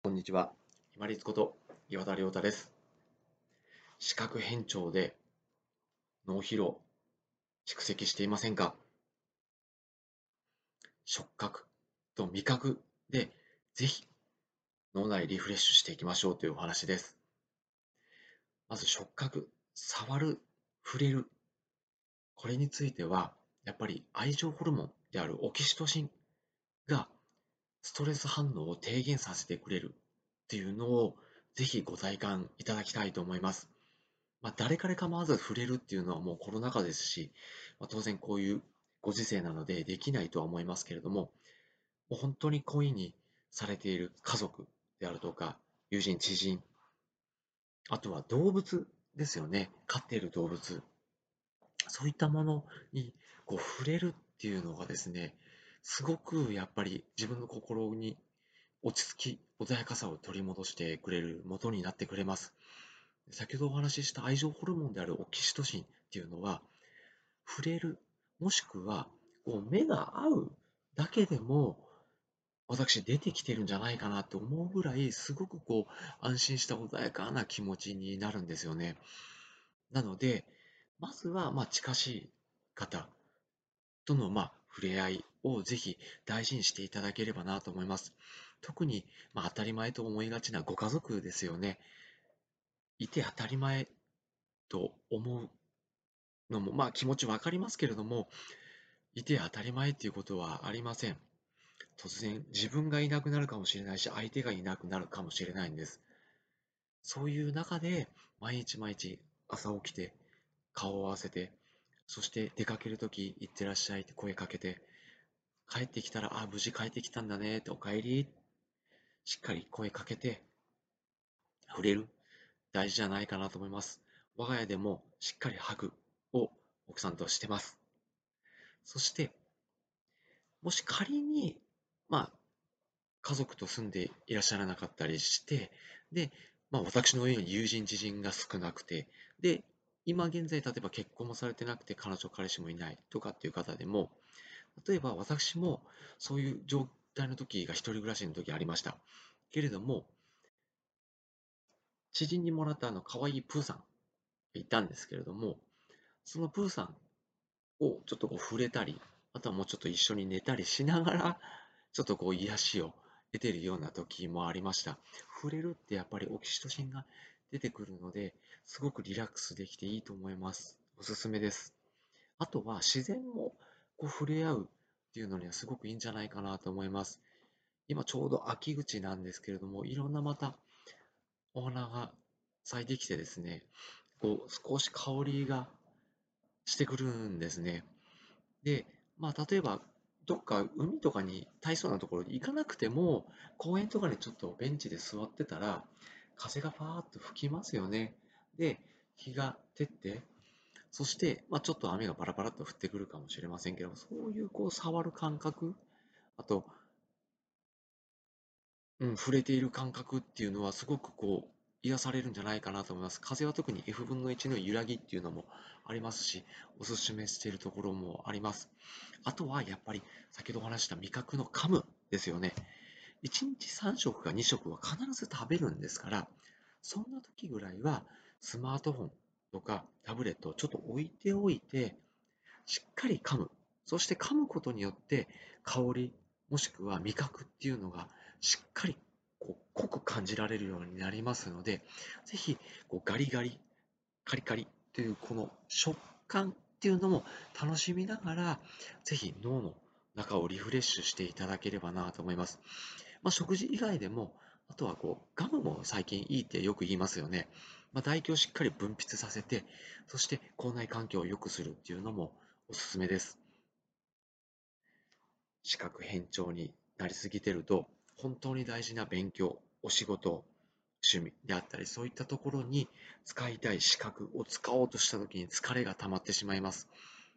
こんにちは。今立こと岩田亮太です。視覚変調で脳疲労蓄積していませんか？触覚と味覚でぜひ脳内リフレッシュしていきましょうというお話です。まず触覚、触る、触れる。これについてはやっぱり愛情ホルモンであるオキシトシンがストレス反応を低減させてくれるっていうのをぜひご体感いただきたいと思います。誰彼構わず触れるっていうのはもうコロナ禍ですし、当然こういうご時世なのでできないとは思いますけれども、もう本当に恋にされている家族であるとか、友人、知人、あとは動物ですよね。飼っている動物。そういったものに触れるっていうのがですね、すごくやっぱり自分の心に落ち着き、穏やかさを取り戻してくれる元になってくれます。先ほどお話しした愛情ホルモンであるオキシトシンっていうのは、触れる、もしくは目が合うだけでも、私出てきてるんじゃないかなと思うぐらい、すごく安心した穏やかな気持ちになるんですよね。なので、まずは近しい方との触れ合いをぜひ大事にしていただければなと思います。特に当たり前と思いがちなご家族ですよね。いて当たり前と思うのも気持ちわかりますけれども、いて当たり前っていうことはありません。突然自分がいなくなるかもしれないし、相手がいなくなるかもしれないんです。そういう中で毎日毎日朝起きて顔を合わせて、そして出かけるとき行ってらっしゃいって声かけて、帰ってきたら無事帰ってきたんだねってお帰り、しっかり声かけて触れる、大事じゃないかなと思います。我が家でもしっかりハグを奥さんとしてます。そしてもし仮に、まあ、家族と住んでいらっしゃらなかったりして、で、私のように友人、知人が少なくて、で、今現在、例えば結婚もされてなくて、彼女、彼氏もいないとかっていう方でも、例えば私もそういう状態の時が一人暮らしの時ありました。けれども、知人にもらった可愛いプーさんがいたんですけれども、そのプーさんをちょっと触れたり、あとはもうちょっと一緒に寝たりしながら、ちょっと癒しを得ているような時もありました。触れるってやっぱりオキシトシンが出てくるので、すごくリラックスできていいと思います。おすすめです。あとは自然も触れ合うっていうのにはすごくいいんじゃないかなと思います。今ちょうど秋口なんですけれども、いろんなまたお花が咲いてきてですね、少し香りがしてくるんですね。で、例えば、どっか海とかに大層なところに行かなくても、公園とかにちょっとベンチで座ってたら、風がパーッと吹きますよね。で、日が照って、そして、ちょっと雨がパラパラっと降ってくるかもしれませんけども、そういう触る感覚、あと、触れている感覚っていうのはすごく癒されるんじゃないかなと思います。風は特に F 分の1の揺らぎっていうのもありますし、おすすめしているところもあります。あとはやっぱり先ほどお話した味覚の噛むですよね。1日3食か2食は必ず食べるんですから、そんな時ぐらいはスマートフォンとかタブレットをちょっと置いておいて、しっかり噛む。そして噛むことによって香り、もしくは味覚っていうのがしっかり濃く感じられるようになりますので、ぜひガリガリ、カリカリというこの食感っていうのも楽しみながら、ぜひ脳の中をリフレッシュしていただければなと思います。食事以外でも、あとはガムも最近いいってよく言いますよね。唾液をしっかり分泌させて、そして口内環境を良くするっていうのもおすすめです。視覚変調になりすぎてると、本当に大事な勉強、お仕事、趣味であったり、そういったところに使いたい視覚を使おうとした時に疲れが溜まってしまいます。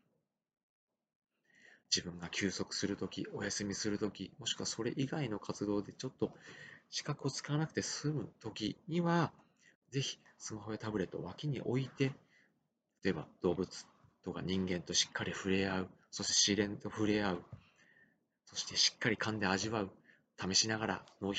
自分が休息するとき、お休みするとき、もしくはそれ以外の活動でちょっと視覚を使わなくて済むときには、ぜひスマホやタブレットを脇に置いて、例えば動物とか人間としっかり触れ合う、そして自然と触れ合う、そしてしっかり噛んで味わう、試しながら脳